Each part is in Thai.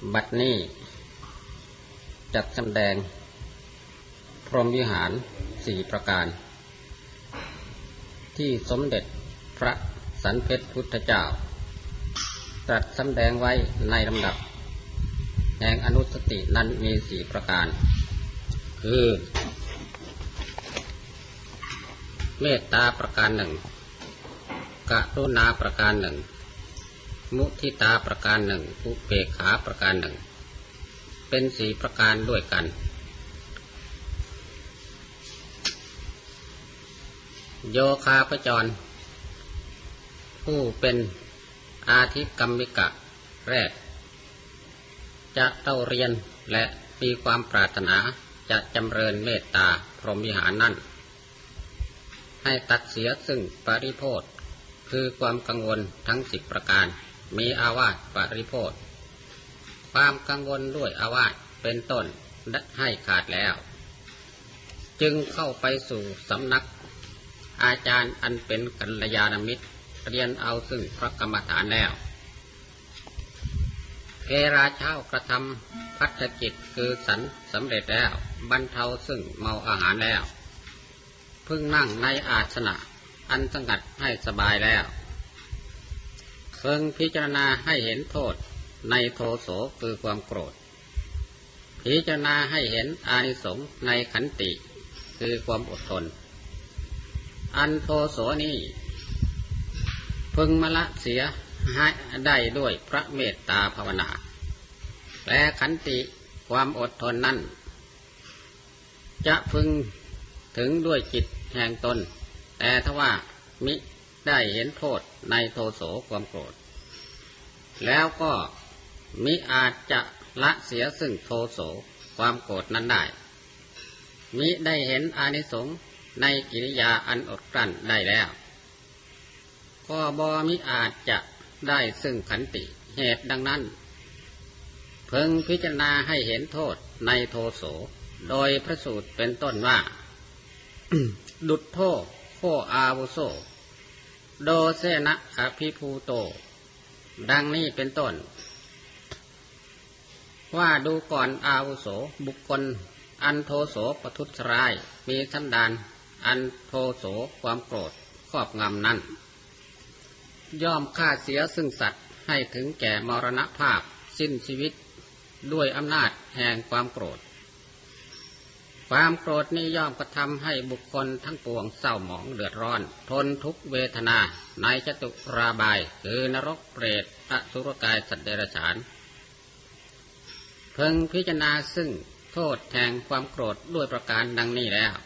บัดนี้จัดแสดงพรหมวิหาร4ประการที่สมเด็จพระสันเพชรพุทธเจ้าตรัสแสดงไว้ในลำดับแห่งอนุสตินั้นมี4ประการคือเมตตาประการหนึ่งกรุณาประการหนึ่งมุทิตาประการหนึ่งอุเบกขาประการหนึ่งเป็น4ประการด้วยกันโยคาพจรผู้เป็นอาธิกรรมิกะแรกจะเล่าเรียนและมีความปรารถนาจะจำเริญเมตตาพรหมวิหารนั้นให้ตัดเสียซึ่งปริโภทคือความกังวลทั้ง10ประการมีอาวาสปริโภทความกังวลด้วยอาวาสเป็นต้นให้ขาดแล้วจึงเข้าไปสู่สำนักอาจารย์อันเป็นกัลยาณมิตรเรียนเอาซึ่งพระกรรมฐานแล้วเกราเช้ากระทำพัฒกิจคือสันสำเร็จแล้วบรรเทาซึ่งเมาอาหารแล้วพึ่งนั่งในอาสนะอันสงัดให้สบายแล้วเพิ่งพิจารณาให้เห็นโทษในโทโสคือความโกรธพิจารณาให้เห็นอานิสงส์ในขันติคือความอดทนอันโทโสนี้พึงมละเสียให้ได้ด้วยพระเมตตาภาวนาและขันติความอดทนนั้นจะพึงถึงด้วยจิตแห่งตนแต่ทว่ามิได้เห็นโทษในโทโสความโกรธแล้วก็มิอาจจะละเสียซึ่งโทโสความโกรธนั้นได้มิได้เห็นอานิสงส์ในกิริยาอันอดกลั้นได้แล้วก็บ่มิอาจจะได้ซึ่งขันติเหตุดังนั้นเพิ่งพิจารณาให้เห็นโทษในโทโสโดยพระสูตรเป็นต้นว่า ดุจโทโคอาวุโสโดเสนะอภิภูโตดังนี้เป็นต้นว่าดูก่อนอาวุโสบุคคลอันโทโสประทุษร้ายมีสันดานอันโทโสความโกรธครอบงำนั้นย่อมฆ่าเสียซึ่งสัตว์ให้ถึงแก่มรณภาพสิ้นชีวิตด้วยอำนาจแห่งความโกรธความโกรธนี้ย่อมกระทำให้บุคคลทั้งปวงเศร้าหมองเดือดร้อนทนทุกเวทนาในจตุราบายคือนรกเปรตอสุรกายสัตว์เดรัจฉานเพิ่งพิจารณาซึ่งโทษแห่งความโกรธด้วยประการดังนี้แล้ว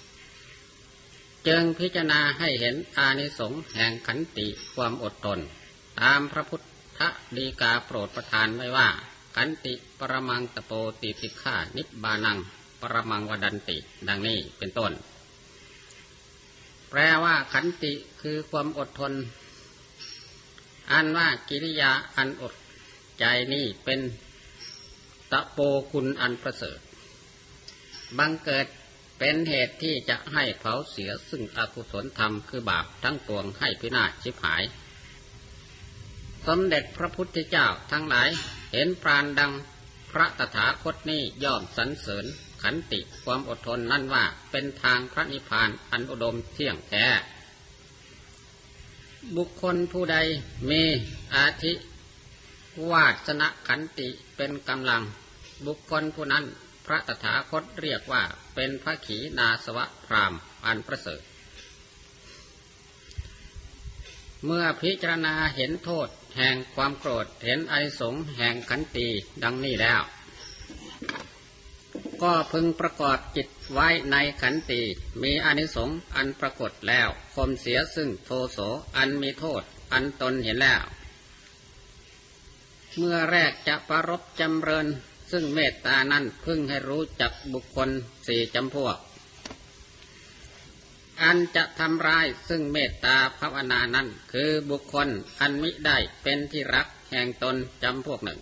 จึงพิจารณาให้เห็นอานิสงส์แห่งขันติความอดทนตามพระพุทธฎีกาโปรดประทานไว้ว่าขันติปรมังตโปติติฆานิบบานังปรมังวดันติดังนี้เป็นต้นแปลว่าขันติคือความอดทนอันว่ากิริยาอันอดใจนี้เป็นตะโปคุณอันประเสริฐบังเกิดเป็นเหตุที่จะให้เผาเสียซึ่งอกุศลธรรมคือบาปทั้งปวงให้พินาศชิบหายสมเด็จพระพุทธเจ้าทั้งหลายเห็นปราณดังพระตถาคตนี้ย่อมสรรเสริญขันติความอดทนนั่นว่าเป็นทางพระนิพพานอันอุดมเที่ยงแท้บุคคลผู้ใดมีอาธิวาสนขันติเป็นกำลังบุคคลผู้นั้นพระตถาคตเรียกว่าเป็นพระขีณาสวะพราหมณ์อันประเสริฐเมื่อพิจารณาเห็นโทษแห่งความโกรธเห็นอานิสงส์แห่งขันติดังนี้แล้วก็พึงประกอบจิตไว้ในขันติมีอานิสงส์อันปรากฏแล้วข่มเสียซึ่งโทโสอันมีโทษอันตนเห็นแล้วเมื่อแรกจะประรบจำเริญซึ่งเมตตานั้นพึงให้รู้จักบุคคล4จำพวกอันจะทำร้ายซึ่งเมตตาภาวนานั้นคือบุคคลอันมิได้เป็นที่รักแห่งตนจำพวกหนึ่ง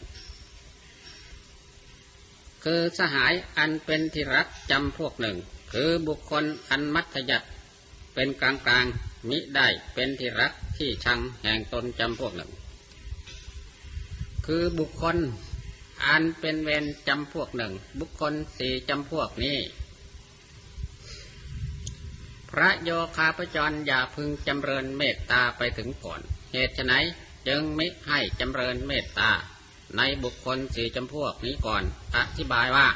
คือสหายอันเป็นที่รักจำพวกหนึ่งคือบุคคลอันมัธยัสถ์เป็นกลางๆมิได้เป็นที่รักที่ชังแห่งตนจำพวกหนึ่งคือบุคคลอันเป็นเวรจำพวกหนึ่งบุคคลสี่จำพวกนี้พระโยคาพจรอย่าพึงจำเริญเมตตาไปถึงก่อนเหตุไฉนจึงมิให้จำเริญเมตตาในบุคคลสี่จำพวกนี้ก่อนอธิบายว่า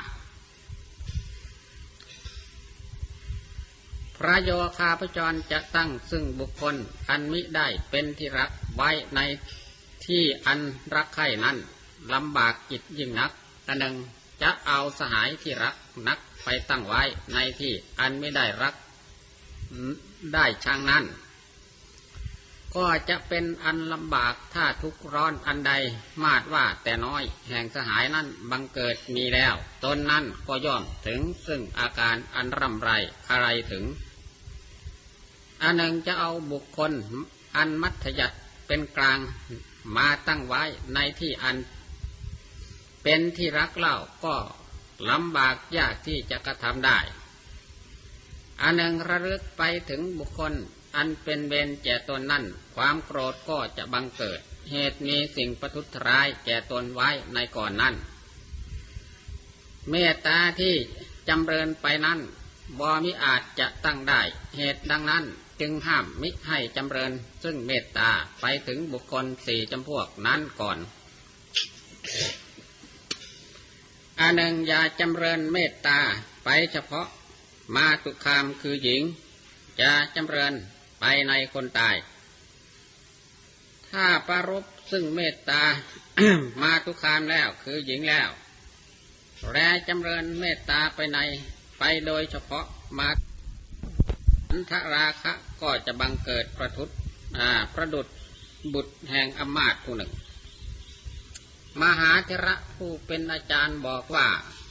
พระโยคาพจรจะตั้งซึ่งบุคคลอันมิได้เป็นที่รักไว้ในที่อันรักใคร่นั้นลำบากจิตยิ่งนักอันหนึ่งจะเอาสหายที่รักนักไปตั้งไว้ในที่อันไม่ได้รักได้ชังนั้นก็จะเป็นอันลำบากถ้าทุกข์ร้อนอันใดมาดว่าแต่น้อยแห่งสหายนั้นบังเกิดมีแล้วตนนั้นก็ย่อมถึงซึ่งอาการอันร่ำไรอะไรถึงอันหนึ่งจะเอาบุคคลอันมัธยัสถ์เป็นกลางมาตั้งไว้ในที่อันเป็นที่รักเล่าก็ลำบากยากที่จะกระทำได้อันหนึ่งระลึกไปถึงบุคคลอันเป็นเวรแก่ตนนั้นความโกรธก็จะบังเกิดเหตุมีสิ่งประทุษร้ายแก่ตนไว้ในก่อนนั้นเมตตาที่จำเริญไปนั้นบ่มิอาจจะตั้งได้เหตุดังนั้นจึงห้ามมิให้จำเริญซึ่งเมตตาไปถึงบุคคลสี่จำพวกนั้นก่อนอันหนึ่งอย่าจำเริญเมตตาไปเฉพาะมาตุคามคือหญิงจะจำเริญไปในคนตายถ้าปรารภซึ่งเมตตา มาตุคามแล้วคือหญิงแล้วแลจำเริญเมตตาไปโดยเฉพาะมาอันทราคะก็จะบังเกิดประดุจบุตรแห่งอำมาตย์ผู้หนึ่งมหาเถระผู้เป็นอาจารย์บอกว่า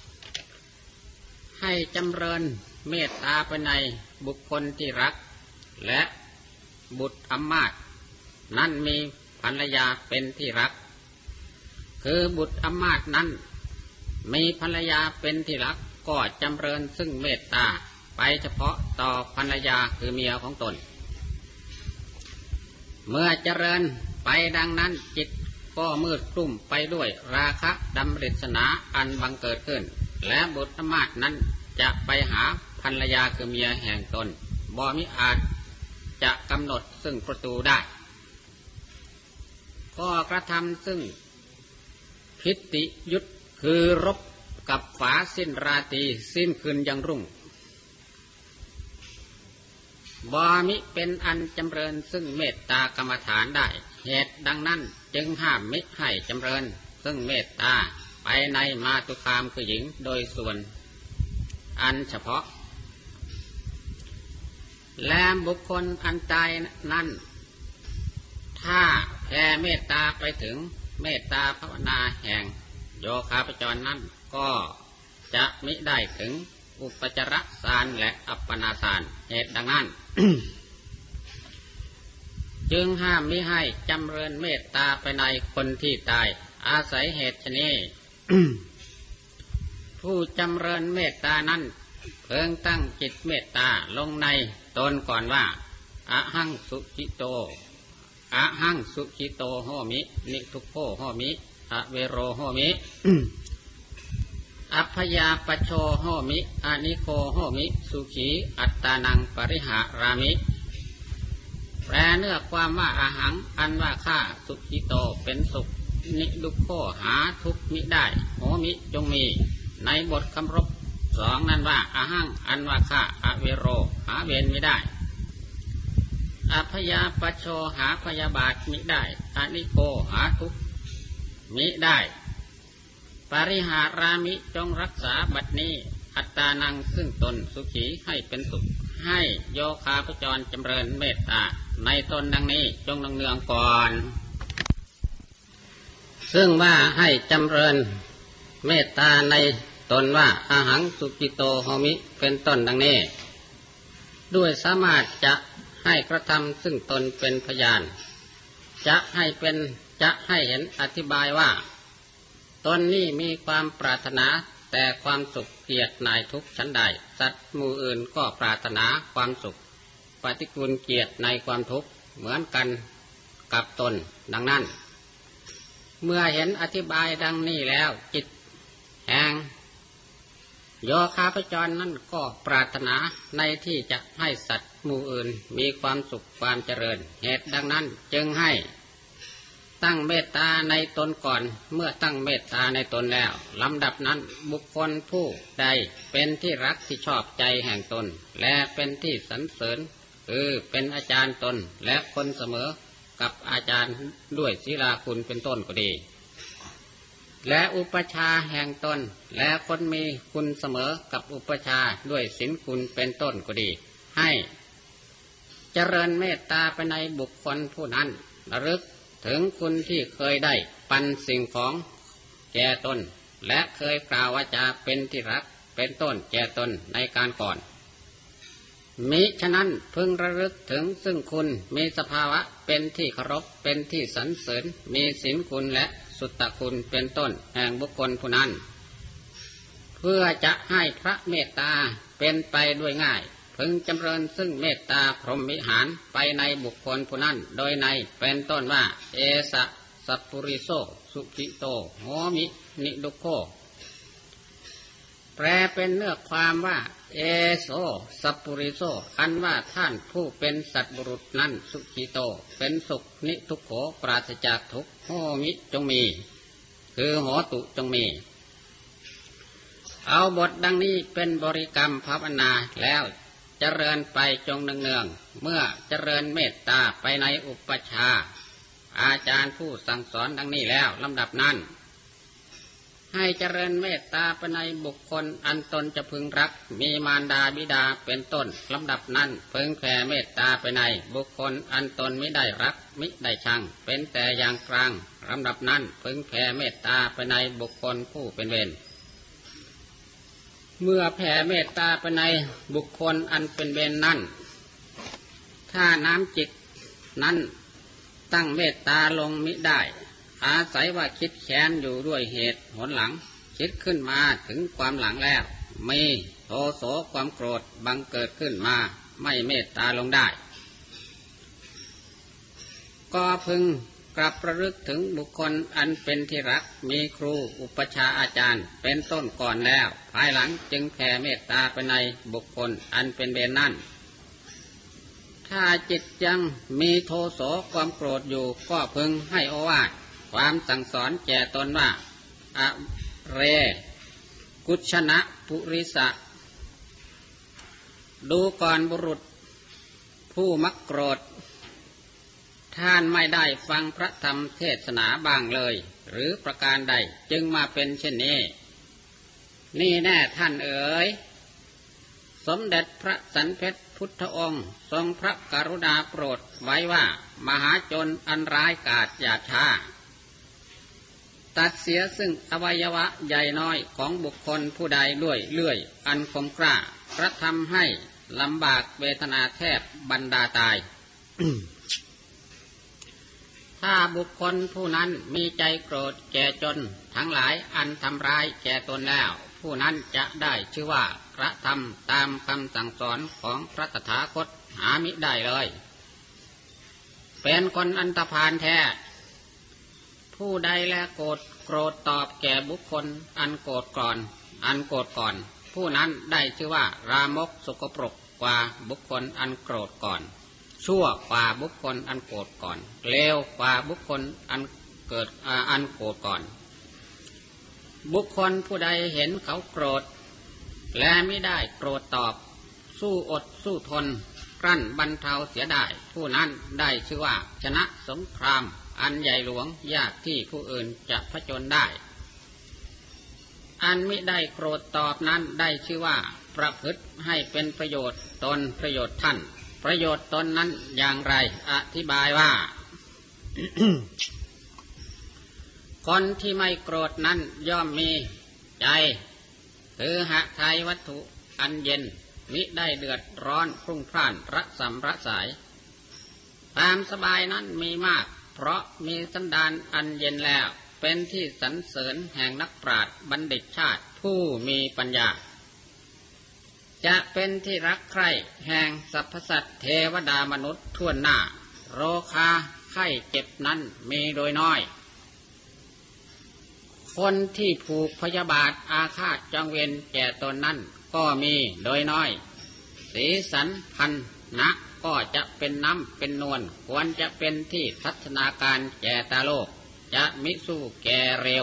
ให้จำเริญเมตตาไปในบุคคลที่รักและบุตรอำมาตย์นั้นมีภรรยาเป็นที่รักคือบุตรอำมาตย์นั้นมีภรรยาเป็นที่รักก็จำเริญซึ่งเมตตาไปเฉพาะต่อภรรยาคือเมียของตนเมื่อเจริญไปดังนั้นจิตก็มืดคลุ้มไปด้วยราคะดำริศนาอันบังเกิดขึ้นและบุตรอำมาตย์นั้นจะไปหาภรรยาคือเมียแห่งตนบ่มิอาจจะกำหนดซึ่งประตูได้ก็กระทำซึ่งพิติยุทธคือรบกับฝาสิ้นราตรีสิ้นคืนยังรุ่งบ่มิเป็นอันจำเริญซึ่งเมตตากรรมฐานได้เหตุดังนั้นจึงห้ามมิให้จำเริญซึ่งเมตตาไปในมาตุคามคือหญิงโดยส่วนอันเฉพาะและบุคคลอันตายนั้นถ้าแผ่เมตตาไปถึงเมตตาภาวนาแห่งโยคาพจรนั้นก็จะมิได้ถึงอุปจารสารและอัปปนาสารเหตุดังนั้น จึงห้ามมิให้จำเริญเมตตาไปในคนที่ตายอาศัยเหตุนี้ ผู้จำเริญเมตตานั้นเพิ่งตั้งจิตเมตตาลงในตนก่อนว่าอะหังสุจิโตอะหังสุจิโตโหมินิทุกโขโหมิอะเวโรโหมิ อัพยาปโชโหมิอานิโคโหมิสุขีอัตตานังปริหารามิแปลเนื้อความว่าอาหังอันว่าข้าสุจิโตเป็นสุขนิดุโขหาทุกข์มิได้โหมิจงมีในบทคำรบสองนั้นว่าอาหังอันว่าข้าอเวโรหาเวรมิได้อัพยาปโชหาพยาบาทมิได้อานิโคหาทุกข์มิได้ปริหารามิจงรักษาบัดนี้อัตตานังซึ่งตนสุขีให้เป็นสุขให้โยคาพจรจำเริญเมตตาในตนดังนี้จงเนืองก่อนซึ่งว่าให้จำเริญเมตตาในตนว่าอาหังสุกิโตโหมิเป็นต้นดังนี้ด้วยสามารถจะให้กระทำซึ่งตนเป็นพยานจะให้เห็นอธิบายว่าตนนี้มีความปรารถนาแต่ความสุขเกียรตินายทุกชั้นใดสัตว์หมู่อื่นก็ปรารถนาความสุขปฏิกูลเกียรติในความทุกข์เหมือนกันกับตนดังนั้นเมื่อเห็นอธิบายดังนี้แล้วจิตแห่งโยคาพจรนั้นก็ปรารถนาในที่จะให้สัตว์หมู่อื่นมีความสุขความเจริญเหตุดังนั้นจึงให้ตั้งเมตตาในตนก่อนเมื่อตั้งเมตตาในตนแล้วลำดับนั้นบุคคลผู้ใดเป็นที่รักที่ชอบใจแห่งตนและเป็นที่สรรเสริญคือเป็นอาจารย์ตนและคนเสมอกับอาจารย์ด้วยศีลาคุณเป็นต้นก็ดีและอุปชาแห่งตนและคนมีคุณเสมอกับอุปชาด้วยศีลคุณเป็นต้นก็ดีให้เจริญเมตตาไปในบุคคลผู้นั้นระลึกถึงคุณที่เคยได้ปันสิ่งของแก่ตนและเคยกล่าววาจาเป็นที่รักเป็นต้นแก่ตนในการก่อนมิฉะนั้นพึงระลึกถึงซึ่งคุณมีสภาวะเป็นที่เคารพเป็นที่สรรเสริญมีศีลคุณและสุตตคุณเป็นต้นแห่งบุคคลผู้นั้นเพื่อจะให้พระเมตตาเป็นไปด้วยง่ายพึงจำเริญซึ่งเมตตาพรหมวิหารไปในบุคคลผู้นั้นโดยในเป็นต้นว่าเอสะสัพปุริโสสุขิโตโหมินิดุโคแปลเป็นเนื้อความว่าเอโสสัพปุริโสอันว่าท่านผู้เป็นสัตบุรุษนั้นสุขิโตเป็นสุขนิทุกโขปราศจากทุกข์โหมิจงมีคือโหตุจงมีเอาบทดังนี้เป็นบริกรรมภาวนาแล้วเจริญไปจงเนืองๆเมื่อเจริญเมตตาไปในอุปชาอาจารย์ผู้สั่งสอนดังนี้แล้วลำดับนั้นให้เจริญเมตตาไปในบุคคลอันตนจะพึงรักมีมารดาบิดาเป็นต้นลำดับนั้นพึงแผ่เมตตาไปในบุคคลอันตนไม่ได้รักมิได้ชังเป็นแต่อย่างกลางลำดับนั้นพึงแผ่เมตตาไปในบุคคลผู้เป็นเวรเมื่อแผ่เมตตาไปในบุคคลอันเป็นเวรนั้นถ้าน้ำจิตนั้นตั้งเมตตาลงมิได้อาศัยว่าคิดแค้นอยู่ด้วยเหตุหนหลังคิดขึ้นมาถึงความหลังแล้วมีโทโสความโกรธบังเกิดขึ้นมาไม่เมตตาลงได้ก็พึงกลับระลึกถึงบุคคลอันเป็นที่รักมีครูอุปชาอาจารย์เป็นต้นก่อนแล้วภายหลังจึงแผ่เมตตาไปในบุคคลอันเป็นเวรนั่นถ้าจิตยังมีโทโสความโกรธอยู่ก็พึงให้โอวาทความสั่งสอนแก่ตนว่าอะเรกุชนะปุริสะดูก่อนบุรุษผู้มักโกรธท่านไม่ได้ฟังพระธรรมเทศนาบ้างเลยหรือประการใดจึงมาเป็นเช่นนี้นี่แน่ท่านเอ๋ยสมเด็จพระสันเพชรพุทธองค์ทรงพระกรุณาโปรดไว้ว่ามหาชนอันร้ายกาจอย่าช้าตัดเสียซึ่งอวัยวะใหญ่น้อยของบุคคลผู้ใดด้วยเลื่อยอันคมกล้ากระทำให้ลำบากเวทนาแทบบรรดาตาย ถ้าบุคคลผู้นั้นมีใจโกรธแก่จนทั้งหลายอันทำร้ายแก่ตนแล้วผู้นั้นจะได้ชื่อว่ากระทำตามคำสั่งสอนของพระตถาคตหามิได้เลยเป็นคนอันธพาลแท้ผู้ใดแลโกรธตอบแก่บุคคลอันโกรธก่อนผู้นั้นได้ชื่อว่ารามกสกปรกกว่าบุคคลอันโกรธก่อนชั่วกว่าบุคคลอันโกรธก่อนเลวกว่าบุคคลอันโกรธก่อนบุคคลผู้ใดเห็นเขาโกรธและไม่ได้โกรธตอบสู้อดสู้ทนกลั้นบรรเทาเสียได้ผู้นั้นได้ชื่อว่าชนะสงครามอันใหญ่หลวงยากที่ผู้อื่นจะผจญได้อันมิได้โกรธตอบนั้นได้ชื่อว่าประพฤติให้เป็นประโยชน์ตนประโยชน์ท่านประโยชน์ตนนั้นอย่างไรอธิบายว่า คนที่ไม่โกรธนั้นย่อมมีใจคือหะไทยวัตถุอันเย็นมิได้เดือดร้อนพรุ่งพล่านระสำระสายความสบายนั้นมีมากเพราะมีสันดานอันเย็นแล้วเป็นที่สรรเสริญแห่งนักปราชญ์บัณฑิตชาติผู้มีปัญญาจะเป็นที่รักใคร่แห่งสรรพสัตว์เทวดามนุษย์ทั่วหน้าโรคาไข้เจ็บนั้นมีโดยน้อยคนที่ผูกพยาบาทอาฆาตจองเวรแก่ตนนั้นก็มีโดยน้อยสีสันพันนะก็จะเป็นน้ำเป็นนวลควรจะเป็นที่ทัศนาการแก่ตาโลกจะมิสู้แก่เร็ว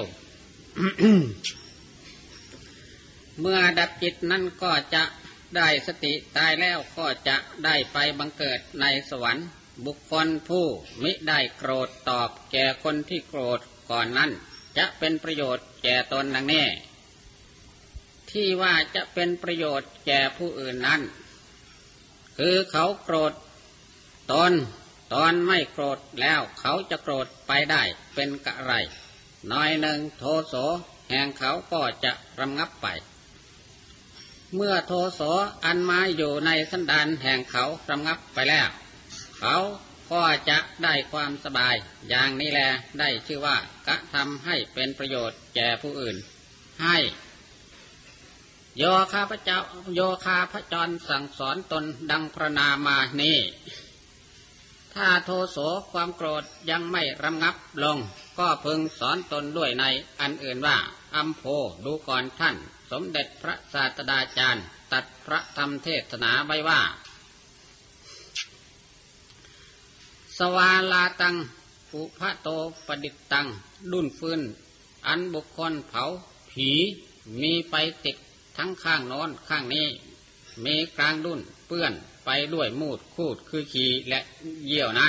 เมื่อดับจิตนั้นก็จะได้สติตายแล้วก็จะได้ไปบังเกิดในสวรรค์บุคคลผู้มิได้โกรธตอบแก่คนที่โกรธก่อนนั้นจะเป็นประโยชน์แก่ตนดังนี้ที่ว่าจะเป็นประโยชน์แก่ผู้อื่นนั้นคือเขาโกรธตอนไม่โกรธแล้วเขาจะโกรธไปได้เป็นกะไรน้อยหนึ่งโทโสแห่งเขาก็จะระงับไปเมื่อโทโสอันมาอยู่ในสันดานแห่งเขาระงับไปแล้วเขาก็จะได้ความสบายอย่างนี้แลได้ชื่อว่ากระทำให้เป็นประโยชน์แก่ผู้อื่นให้โยคาพระจรสั่งสอนตนดังพรรณนามานี้ถ้าโทโสความโกรธยังไม่ระงับลงก็พึงสอนตนด้วยในอันอื่นว่าอัมโพดูก่อนท่านสมเด็จพระศาสดาจารย์ตรัสพระธรรมเทศนาไว้ว่าสวาลาตังอุพะโตปดิตตังดุนฟืนอันบุคคลเผาผีมีไปติดทั้งข้างโน้นข้างนี้มีกลางดุนเปื้อนไปด้วยมูดคูดคือขี้และเยี่ยวนั้น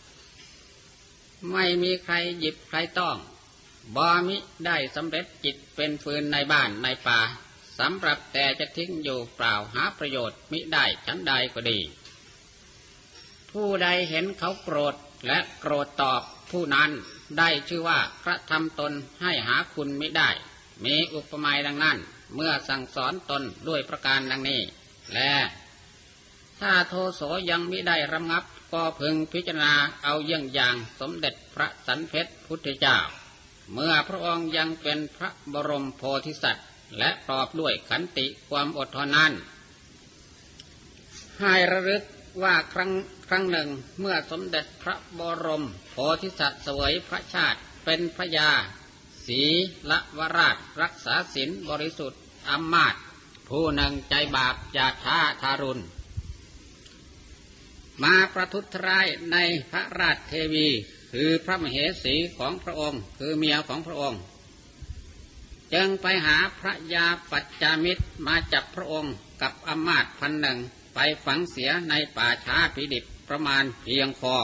ไม่มีใครหยิบใครต้องบ่มิได้สำเร็จจิตเป็นฟืนในบ้านในป่าสำหรับแต่จะทิ้งอยู่เปล่าหาประโยชน์มิได้ชั้นใดก็ดีผู้ใดเห็นเขาโกรธและโกรธตอบผู้นั้นได้ชื่อว่ากระทำตนให้หาคุณมิได้มีอุปมาดังนั้นเมื่อสั่งสอนตนด้วยประการดังนี้และถ้าโทโสยังมิได้ระงับก็พึงพิจารณาเอาเยี่ยงอย่างสมเด็จพระสันเพชรพุทธเจ้าเมื่อพระองค์ยังเป็นพระบรมโพธิสัตว์และตอบด้วยขันติความอดทนนั้นให้ระลึกว่าครั้งหนึ่งเมื่อสมเด็จพระบรมโพธิสัตว์เสวยพระชาติเป็นพระยาศีลวราชรักษาศีลบริสุทธิ์อำมาตย์ผู้หนึ่งใจบาปหยาดช้าทารุณมาประทุษร้ายในพระราชเทวีคือพระมเหสีของพระองค์คือเมียของพระองค์จึงไปหาพระยาปัจจามิตรมาจับพระองค์กับอำมาตย์พันหนึ่งไปฝังเสียในป่าช้าพิดิบประมาณเพียงคอ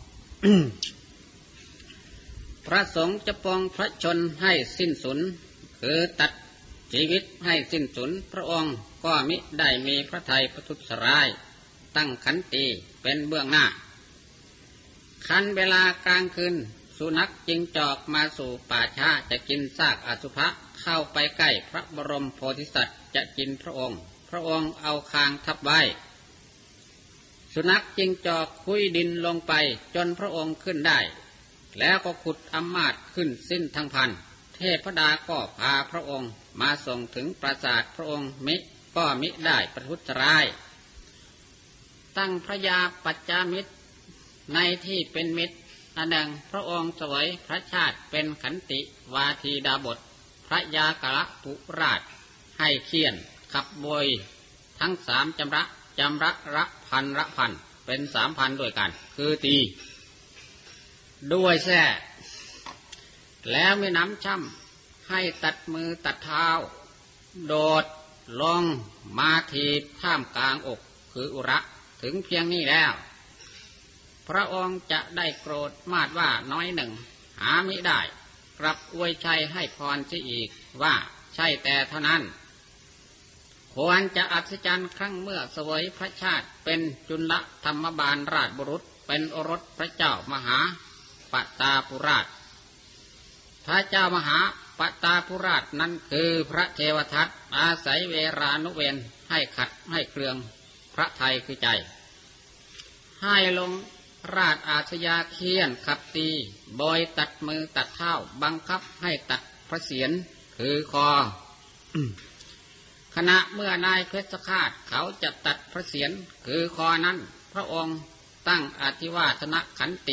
พระสงฆ์จะปองพระชนให้สิ้นสุดคือตัดชีวิตให้สิ้นสุดพระองค์ก็มิได้มีพระทัยประทุษร้ายตั้งขันติเป็นเบื้องหน้าคันเวลากลางคืนสุนัขจิงจอกมาสู่ป่าช้าจะกินซากอสุภะเข้าไปใกล้พระบรมโพธิสัตว์จะกินพระองค์เอาคางทับไว้สุนัขจิงจอกคุยดินลงไปจนพระองค์ขึ้นได้แล้วก็ขุดอำมาตย์ขึ้นสิ้นทั้งพันเทพดาก็พาพระองค์มาส่งถึงปราสาทพระองค์ก็มิได้ประทุษร้ายตั้งพระยาปัจจามิตรในที่เป็นมิตรอันหนึ่งพระองค์เสวยพระชาติเป็นขันติวาทีดาบทพระยากะปุราชให้เคี่ยนขับโบยทั้งสามจำระละพันเป็น3,000ด้วยกันคือตีด้วยแส้แล้วไม่น้ำช่ำให้ตัดมือตัดเท้าโดดลงมาทีท่ามกลางอกคืออุระถึงเพียงนี้แล้วพระองค์จะได้โกรธมาดว่าน้อยหนึ่งหามิได้กลับอวยชัยให้พรเสียอีกว่าใช่แต่เท่านั้นควรจะอัศจรรย์ครั้งเมื่อเสวยพระชาติเป็นจุลธรรมบาลราชบุรุษเป็นโอรสพระเจ้ามหาปตาปุราชพระเจ้ามหาปตาปุราชนั้นคือพระเทวทัตอาศัยเวรานุเวนให้ขัดให้เครืองพระทัยคือใจให้ลงราชอาชญาเคี่ยนขับตีบอยตัดมือตัดเท้าบังคับให้ตัดพระเศียรคือคอ ขณะเมื่อนายเพชฌฆาตเขาจะตัดพระเศียรคือคอนั้นพระองค์ตั้งอธิวาทนขันติค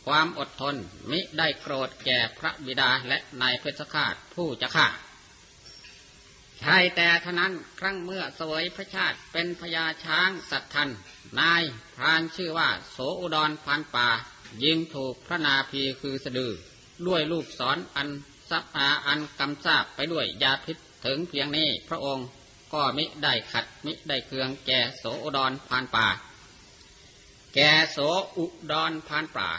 ความอดทนมิได้โกรธแก่พระบิดาและนายเพชฌฆาตผู้จะฆ่าใช่แต่เท่านั้นครั้งเมื่อเสวยพระชาติเป็นพญาช้างสัตทันนายพรานชื่อว่าโสอุดรพรานป่ายิงถูกพระนาภีคือสะดือด้วยลูกศรอันกำซาบไปด้วยยาพิษถึงเพียงนี้พระองค์ก็มิได้ขัดมิได้เคืองแก่โสอุดรพรานป่าแก่โสอุดรพรานป่า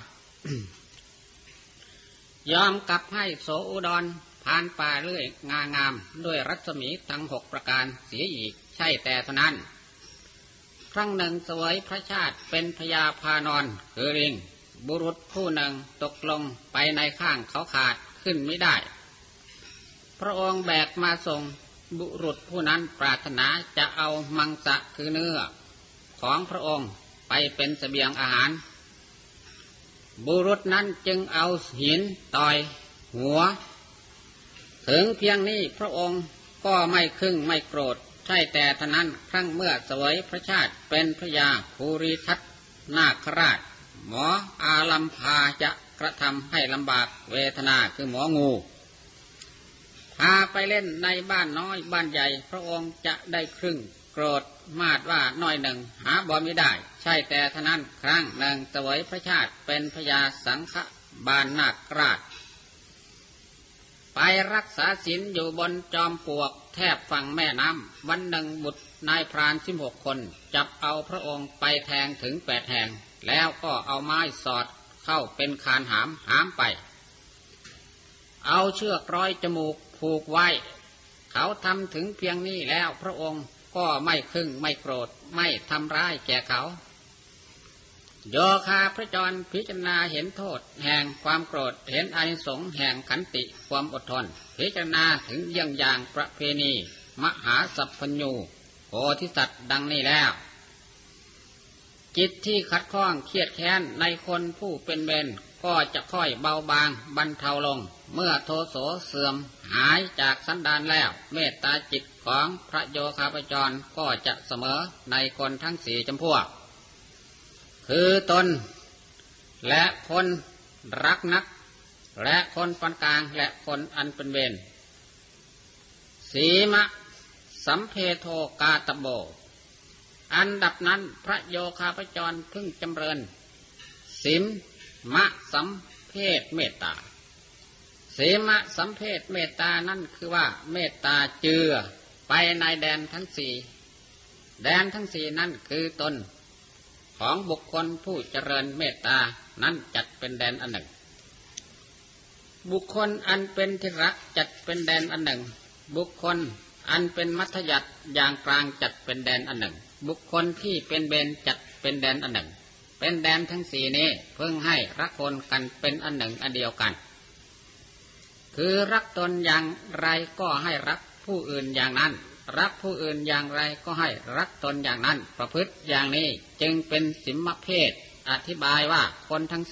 ยอมกลับให้โสอุดรพรานป่าเลื่อยงางามด้วยรัศมีทั้ง6ประการเสียอีกใช่แต่เท่านั้นครั้งหนึ่งเสวยพระชาติเป็นพญาพานอนคือลิงบุรุษผู้หนึ่งตกลงไปในข้างเขาขาดขึ้นไม่ได้พระองค์แบกมาส่งบุรุษผู้นั้นปรารถนาจะเอามังสะคือเนื้อของพระองค์ไปเป็นเสบียงอาหารบุรุษนั้นจึงเอาหินต่อยหัวถึงเพียงนี้พระองค์ก็ไม่ครึ่งไม่โกรธใช่แต่เท่านั้นครั้งเมื่อเสวยพระชาติเป็นพระยาภูริทัตนาคราชหมออาลัมพาจะกระทำให้ลำบากเวทนาคือหมองูพาไปเล่นในบ้านน้อยบ้านใหญ่พระองค์จะได้ครึ่งโกรธมาดว่าน้อยหนึ่งหาบ่ไม่ได้ใช่แต่เท่านั้นครั้งหนึ่งเสวยพระชาติเป็นพญาสังฆบาลนาคราชไปรักษาศีลอยู่บนจอมปลวกแทบฝั่งแม่น้ำวันหนึ่งบุตรนายพราน16 คนจับเอาพระองค์ไปแทงถึง8 แห่งแล้วก็เอาไม้สอดเข้าเป็นคานหามไปเอาเชือกร้อยจมูกผูกไว้เขาทำถึงเพียงนี้แล้วพระองค์ก็ไม่ครึ่งไม่โกรธไม่ทำร้ายแก่เขาโยคาพระจรพิจารณาเห็นโทษแห่งความโกรธเห็นอานิสงส์แห่งขันติความอดทนพิจารณาถึงเยี่ยงอย่างประเพณีมหาสัพพัญญูโพธิสัตว์ดังนี้แล้วจิตที่ขัดข้องเครียดแค้นในคนผู้เป็นเวรก็จะค่อยเบาบางบรรเทาลงเมื่อโทโสเสื่อมหายจากสันดานแล้วเมตตาจิตของพระโยคาพจรก็จะเสมอในคนทั้ง4 จำพวกคือตนและคนรักนักและคนปานกลางและคนอันเป็นเวรสีมะสัมเพโทกาตโบอันดับนั้นพระโยคาพจรพึงจำเริญสิมมะสัมเพศเมตตาสีมะสัมเพศเมตตานั่นคือว่าเมตตาเจือไปในแดนทั้ง4แดนทั้ง4นั่นคือตนของบุคคลผู้เจริญเมตตานั้นจัดเป็นแดนอันหนึ่งบุคคลอันเป็นที่รักจัดเป็นแดนอันหนึ่งบุคคลอันเป็นมัธยัสถ์อย่างกลางจัดเป็นแดนอันหนึ่งบุคคลที่เป็นเบญจัดเป็นแดนอันหนึ่งเป็นแดนทั้ง4นี้เพิ่งให้รักคนกันเป็นอันหนึ่งอันเดียวกันคือรักตนอย่างไรก็ให้รักผู้อื่นอย่างนั้นรักผู้อื่นอย่างไรก็ให้รักตนอย่างนั้นประพฤติอย่างนี้จึงเป็นสิมมเพศอธิบายว่าคนทั้ง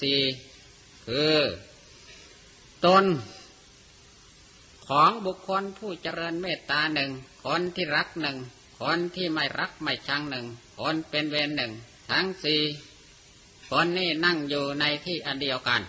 4คือตนของบุคคลผู้เจริญเมตตา1คนที่รัก1คนที่ไม่รักไม่ชัง1คนเป็นเวร1ทั้ง4คนนี้นั่งอยู่ในที่อันเดียวกัน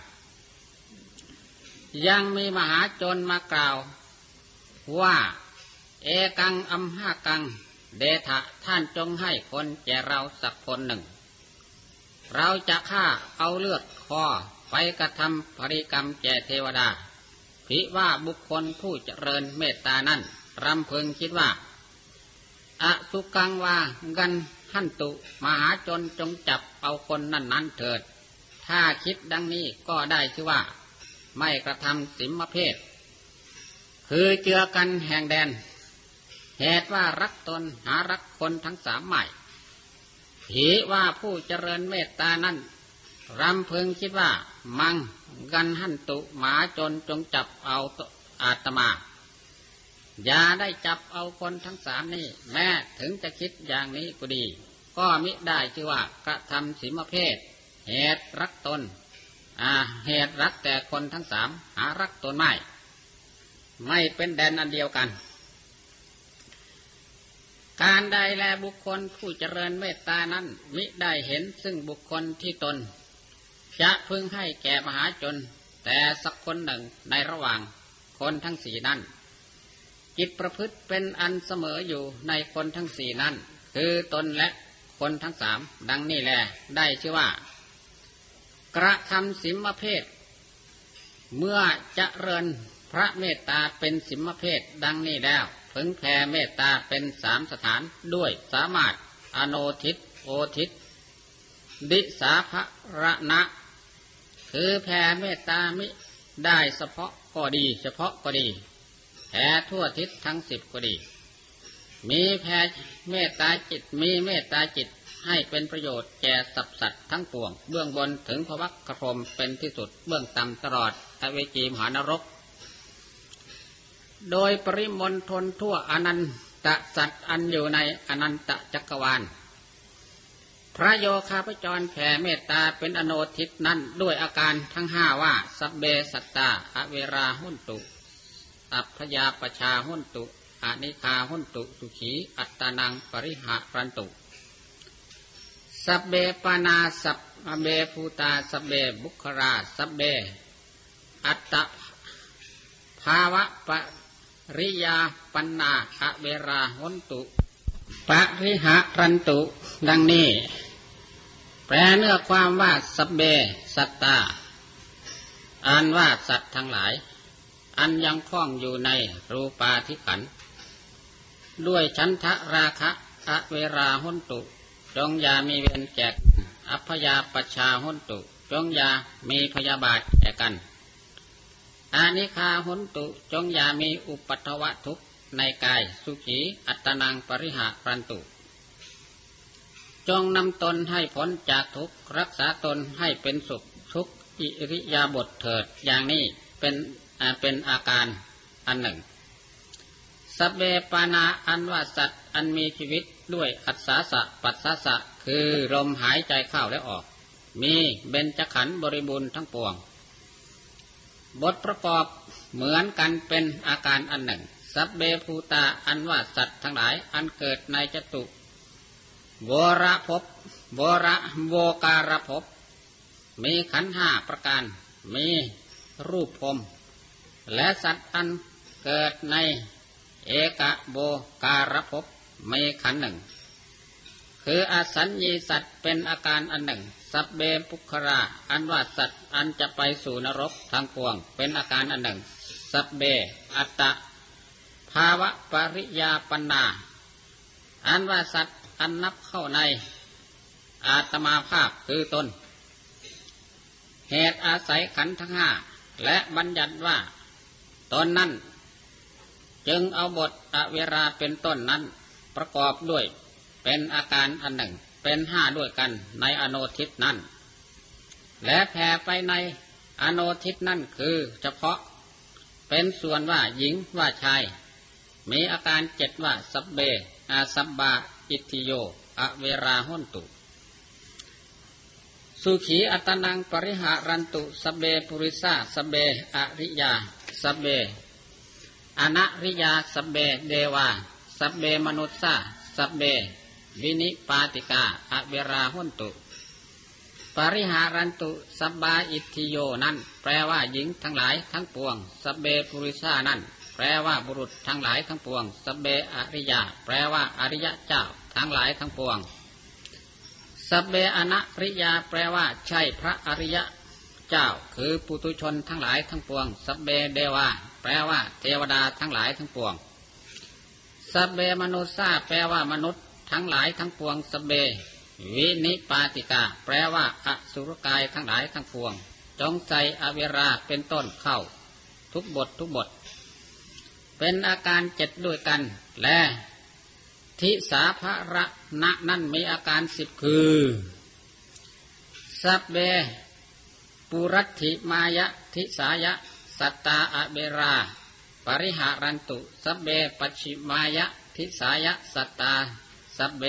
ยังมีมหาชนมากล่าวว่าเอกังอัมหากังเดทะท่านจงให้คนแก่เราสักคนหนึ่งเราจะฆ่าเอาเลือดคอไปกระทำปริกรรมแก่เทวดาภิว่าบุคคลผู้เจริญเมตตานั้นรำพึงคิดว่าอสุกังวากันหันตุมหาชนจงจับเอาคนนั้นเถิดถ้าคิดดังนี้ก็ได้ชื่อว่าไม่กระทำสิมมเพศคือเจือกันแห่งแดนเหตุว่ารักตนหารักคนทั้ง3ไม่ผีว่าผู้เจริญเมตตานั้นรำพึงคิดว่ามังกันหันตุหมาจนจงจับเอาอาตมาอย่าได้จับเอาคนทั้ง3นี้แม้ถึงจะคิดอย่างนี้ก็ดีก็มิได้ชื่อว่ากระทำสิมเพศเหตุรักตนเหตุรักแต่คนทั้ง3หารักตนไม่เป็นแดนอันเดียวกันการใดแลบุคคลผู้เจริญเมตตานั้นมิได้เห็นซึ่งบุคคลที่ตนเขจะพึงให้แก่มหาชนแต่สักคนหนึ่งในระหว่างคนทั้งสี่นั้นจิตประพฤติเป็นอันเสมออยู่ในคนทั้งสี่นั้นคือตนและคนทั้งสามดังนี้แลได้ชื่อว่ากระทำสิมเพศเมื่อเจริญพระเมตตาเป็นสิมเพศดังนี้แล้วพึงแผ่เมตตาเป็นสามสถานด้วยสามารถอโนทิตโอทิตดิสาภระณะคือแผ่เมตตามิได้เฉพาะก็ดีแผ่ทั่วทิศทั้ง10ก็ดีมีแผ่เมตตาจิตมีเมตตาจิตให้เป็นประโยชน์แก่สรรพสัตว์ทั้งปวงเบื้องบนถึงภวัคคพรหมเป็นที่สุดเบื้องต่ำตลอดอเวจีมหานรกโดยปริมณฑลทั่วอนันตสัตว์อันอยู่ในอนันตจักรวาลพระโยคาพจรแผ่เมตตาเป็นอโนทิตนั้นด้วยอาการทั้งห้าว่าสัพเบสัตตาอเวราหุนตุอัพพยาปชาหุนตุอนิคาหุนตุสุขีอัตตานังปริหะรันตุสัพเบปานาสัพเบภูตาสัพเบบุคคราสัพเบอัตตภาวะปริยาปันนาอเวราหุนตุปริหะรันตุดังนี้แปลเนื้อความว่าสัพเบสัตตาอ่านว่าสัตว์ทั้งหลายอันยังคล้องอยู่ในรูปาธิขันธ์ด้วยฉันทะราคะอเวราหุนตุจงอย่ามีเวรแก่อัพยาปชาหุนตุจงอย่ามีพยาบาทแก่กันอานิคาหุนตุจงอย่ามีอุปัฏฐวะทุกข์ในกายสุขีอัตตนังปริหะรันตุจงนำตนให้พ้นจากทุกข์รักษาตนให้เป็นสุขทุกอิริยาบถเถิดอย่างนี้เป็นอาการอันหนึ่งสัพเบปานาอันว่าสัตว์อันมีชีวิตด้วยอัศสาสะปัสสะสะคือลมหายใจเข้าและออกมีเบญจขันธ์บริบูรณ์ทั้งปวงบทประกอบเหมือนกันเป็นอาการอันหนึ่งสัพเบภูตาอันว่าสัตว์ทั้งหลายอันเกิดในจตุโวระภพโวการภพมีขันธ์ห้าประการมีรูปพรหมและสัตว์อันเกิดในเอกโวการภพมีขันธ์หนึ่งคืออสัญญีสัตว์เป็นอาการอันหนึ่งสัพเบปุคคราอันว่าสัตว์อันจะไปสู่นรกทางปวงเป็นอาการอันหนึ่งสัพเบอัตตภาวะปริยาปันนาอันว่าสัตว์อันนับเข้าในอาตมาภาพคือตนเหตุอาศัยขันธ์ทั้งห้าและบัญญัติว่าตนนั้นจึงเอาบทอเวราเป็นต้นนั้นประกอบด้วยเป็นอาการอันหนึ่งเป็นห้าด้วยกันในอโนทิตนั้นและแผ่ไปในอโนทิตนั่นคือเฉพาะเป็นส่วนว่าหญิงว่าชายมีอาการ7ว่าสัพเบอาสับบาอิทธิโยอเวราหุนตุสุขีอัตตนังปริหะรันตุสัพเบปุริสาสัพเบอริยาสัพเบอนะริยาสัพเบเดวาสัพเบมนุสสาสัพเบวินิปาติกาอเวราหุนตุปริหารันตุสับบาอิทธิโยนั้นแปลว่าหญิงทั้งหลายทั้งปวงสัพเบปุริสานั้นแปลว่าบุรุษทั้งหลายทั้งปวงสัพเบอริยาแปลว่าอริยะเจ้าทั้งหลายทั้งปวงสัพเบอนะริยาแปลว่าใช่พระอริยะเจ้าคือปุถุชนทั้งหลายทั้งปวงสัพเบเดวาแปลว่าเทวดาทั้งหลายทั้งปวงสัพเบมนุสสาแปลว่ามนุษย์ทั้งหลายทั้งปวงสัพเบวินิปาติกาแปลว่าอสุรกายทั้งหลายทั้งปวงจงใจอเวราเป็นต้นเข้าทุกบทเป็นอาการ7ด้วยกันและทิสาภระณะนั้นมีอาการ10คือสัพเบปุรัตถิมายะทิสายะสัตตาอเวราปริหารันตุสัพเบปัจฉิมายะทิสายะสัตตาสัพเบ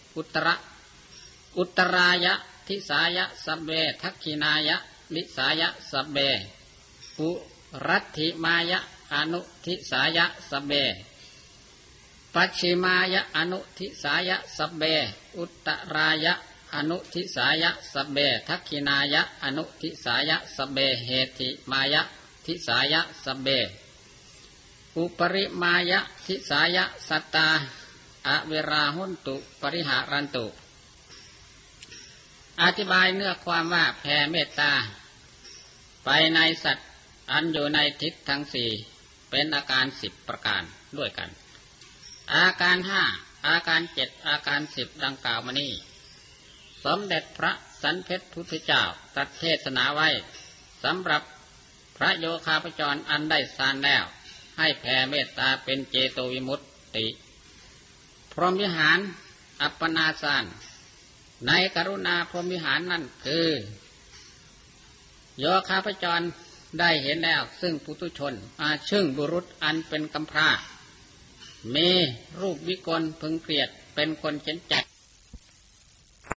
อุตรายะทิสายะสัพเบทักขินายะนิสายะสัพเบปุรัตถิมายะอนุทิสายะสัพเบปัจฉิมายะอนุทิสายะสัพเบอุตรายะอนุทิสายะสเบทักขินายะอนุทิสายะสเบเหติมายะทิสายะสเบอุปริมายะทิสายะสัตตาอเวราหุนตุปริหารันตุอธิบายเนื้อความว่าแผ่เมตตาไปในสัตว์อันอยู่ในทิศทั้งสี่เป็นอาการ10ประการด้วยกันอาการ5อาการ7อาการ10ดังกล่าวมานี้สมเด็จพระสันเพชรพุทธเจ้าตรัสเทศนาไว้สำหรับพระโยคาพจรอันได้ฌานแล้วให้แผ่เมตตาเป็นเจโตวิมุตติพรหมวิหารอัปปนาฌานในกรุณาพรหมวิหารนั่นคือโยคาพจรได้เห็นแล้วซึ่งปุถุชนซึ่งบุรุษอันเป็นกำพร้ามีรูปวิกลพึงเกลียดเป็นคนเข็นจัด